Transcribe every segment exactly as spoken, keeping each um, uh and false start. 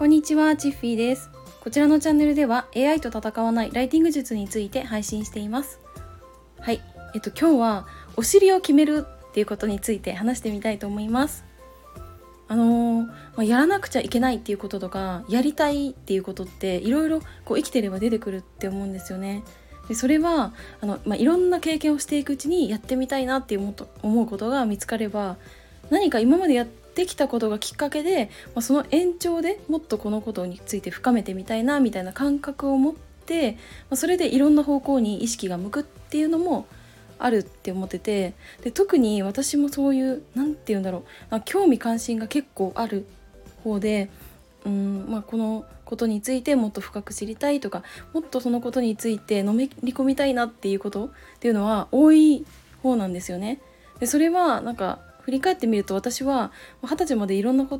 こんにちは、チッフィーです。こちらのチャンネルでは エーアイ と戦わないライティング術について配信しています。はい、えっと今日はお尻を決めるっていうことについて話してみたいと思います。あのーまあ、やらなくちゃいけないっていうこととかやりたいっていうことっていろいろこう生きてれば出てくるって思うんですよね。でそれはあの、まあ、いろんな経験をしていくうちにやってみたいなって思うことが見つかれば、何か今までやってきたことがきっかけで、まあ、その延長でもっとこのことについて深めてみたいなみたいな感覚を持って、まあ、それでいろんな方向に意識が向くっていうのもあるって思ってて、で特に私もそういうなんて言うんだろう、まあ、興味関心が結構ある方で、うん、まあ、このことについてもっと深く知りたいとか、もっとそのことについてのめり込みたいなっていうことっていうのは多い方なんですよね。でそれはなんか振り返ってみると、私は二十歳までいろんなこと、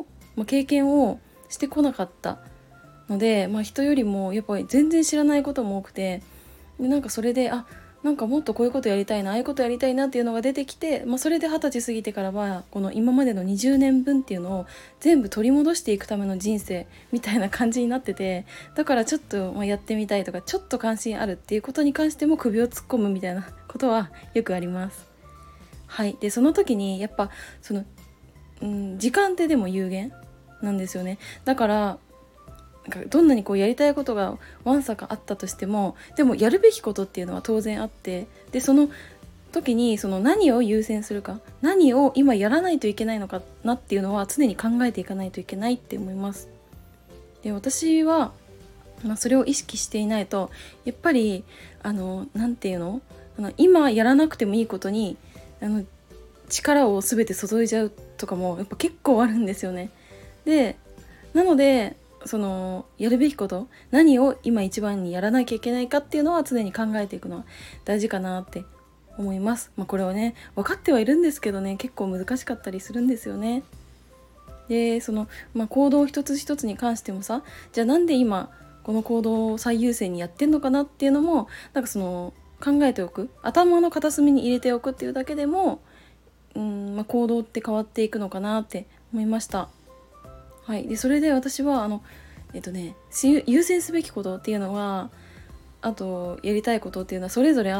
まあ、経験をしてこなかったので、まあ、人よりもやっぱり全然知らないことも多くて、でなんかそれであなんかもっとこういうことやりたいな、ああいうことやりたいなっていうのが出てきて、まあ、それで二十歳過ぎてからはこの今までのにじゅうねんぶんっていうのを全部取り戻していくための人生みたいな感じになってて、だからちょっとまあやってみたいとか、ちょっと関心あるっていうことに関しても首を突っ込むみたいなことはよくあります。はい、でその時にやっぱその、うん、時間ってでも有限なんですよね。だからなんかどんなにこうやりたいことがわんさかあったとしても、でもやるべきことっていうのは当然あって、でその時にその何を優先するか、何を今やらないといけないのかなっていうのは常に考えていかないといけないって思います。で私は、まあ、それを意識していないとやっぱりあのなんていうのあの今やらなくてもいいことにあの力を全て注いじゃうとかもやっぱ結構あるんですよね。でなのでそのやるべきこと、何を今一番にやらなきゃいけないかっていうのは常に考えていくのは大事かなって思います。まあ、これはね分かってはいるんですけどね、結構難しかったりするんですよね。でその、まあ、行動一つ一つに関してもさ、じゃあなんで今この行動を最優先にやってんのかなっていうのもなんかその考えておく、頭の片隅に入れておくっていうだけでもうん、まあ、行動って変わっていくのかなって思いました。はい、でそれで私はあのえっとね優先すべきことっていうのは、あとやりたいことっていうのはそれぞれあって、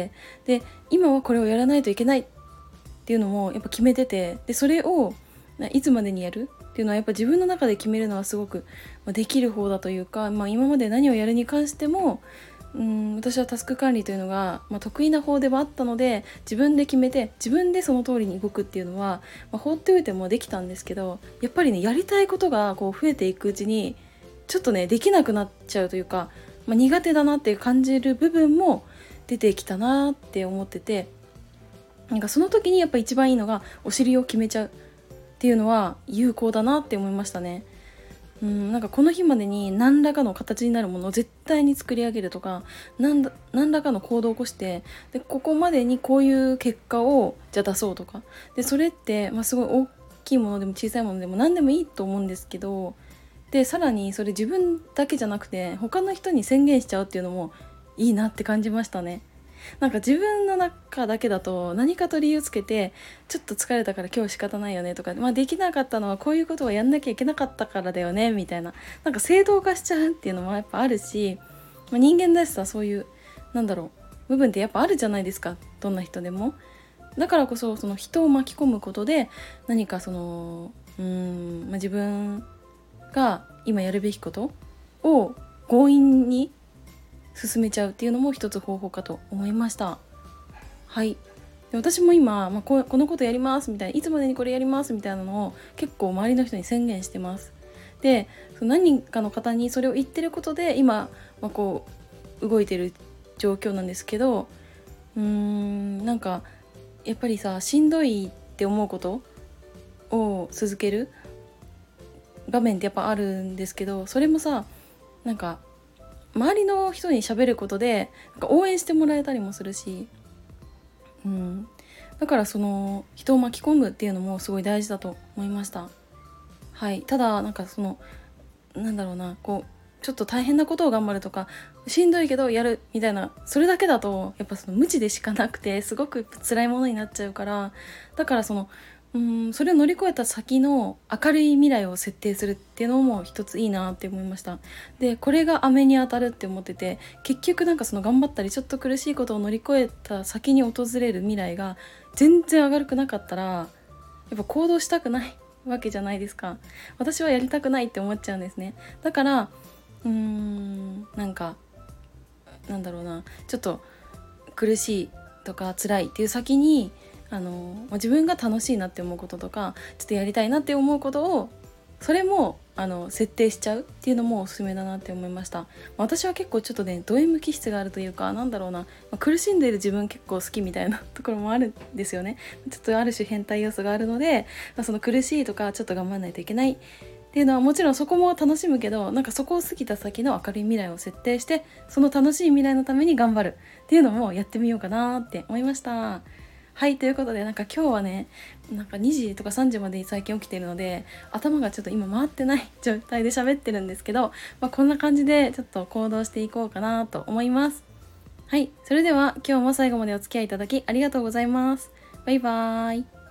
で今はこれをやらないといけないっていうのもやっぱ決めてて、でそれをいつまでにやるっていうのはやっぱ自分の中で決めるのはすごくできる方だというか、まあ、今まで何をやるに関してもうん私はタスク管理というのが、まあ、得意な方ではあったので、自分で決めて自分でその通りに動くっていうのは、まあ、放っておいてもできたんですけど、やっぱりねやりたいことがこう増えていくうちにちょっとねできなくなっちゃうというか、まあ、苦手だなって感じる部分も出てきたなって思ってて、なんかその時にやっぱ一番いいのがお尻を決めちゃうっていうのは有効だなって思いましたね。うん、なんかこの日までに何らかの形になるものを絶対に作り上げるとか、何だ何らかの行動を起こして、でここまでにこういう結果をじゃあ出そうとか、でそれって、まあ、すごい大きいものでも小さいものでも何でもいいと思うんですけど、でさらにそれ自分だけじゃなくて他の人に宣言しちゃうっていうのもいいなって感じましたね。なんか自分の中だけだと何かと理由つけて、ちょっと疲れたから今日仕方ないよねとか、まあ、できなかったのはこういうことをやんなきゃいけなかったからだよねみたいな、なんか正当化しちゃうっていうのもやっぱあるし、まあ、人間らしさ、そういうなんだろう部分ってやっぱあるじゃないですか、どんな人でも。だからこそその人を巻き込むことで何かそのうーん、まあ、自分が今やるべきことを強引に進めちゃうっていうのも一つ方法かと思いました。はい。で私も今、まあ、ここのことやりますみたいな、いつまでにこれやりますみたいなのを結構周りの人に宣言してます。でその何人かの方にそれを言ってることで今、まあ、こう動いてる状況なんですけど、うーんなんかやっぱりさ、しんどいって思うことを続ける場面ってやっぱあるんですけど、それもさなんか周りの人に喋ることでなんか応援してもらえたりもするし、うん、だからその人を巻き込むっていうのもすごい大事だと思いました。はい、ただなんかそのなんだろうな、こうちょっと大変なことを頑張るとか、しんどいけどやるみたいな、それだけだとやっぱその無知でしかなくてすごく辛いものになっちゃうから、だからそのうんそれを乗り越えた先の明るい未来を設定するっていうのも一ついいなって思いました。でこれが飴に当たるって思ってて、結局なんかその頑張ったりちょっと苦しいことを乗り越えた先に訪れる未来が全然明るくなかったら、やっぱ行動したくないわけじゃないですか。私はやりたくないって思っちゃうんですね。だからうーんなんかなんだろうな、ちょっと苦しいとか辛いっていう先にあの自分が楽しいなって思うこととかちょっとやりたいなって思うことをそれもあの設定しちゃうっていうのもおすすめだなって思いました。私は結構ちょっとねド M 気質があるというか、なんだろうな、苦しんでいる自分結構好きみたいなところもあるんですよね。ちょっとある種変態要素があるので、その苦しいとかちょっと頑張らないといけないっていうのはもちろんそこも楽しむけど、なんかそこを過ぎた先の明るい未来を設定してその楽しい未来のために頑張るっていうのもやってみようかなって思いました。はい、ということでなんか今日はねなんかにじとかさんじまで最近起きているので頭がちょっと今回ってない状態で喋ってるんですけど、まあ、こんな感じでちょっと行動していこうかなと思います。はい、それでは今日も最後までお付き合いいただきありがとうございます。バイバーイ。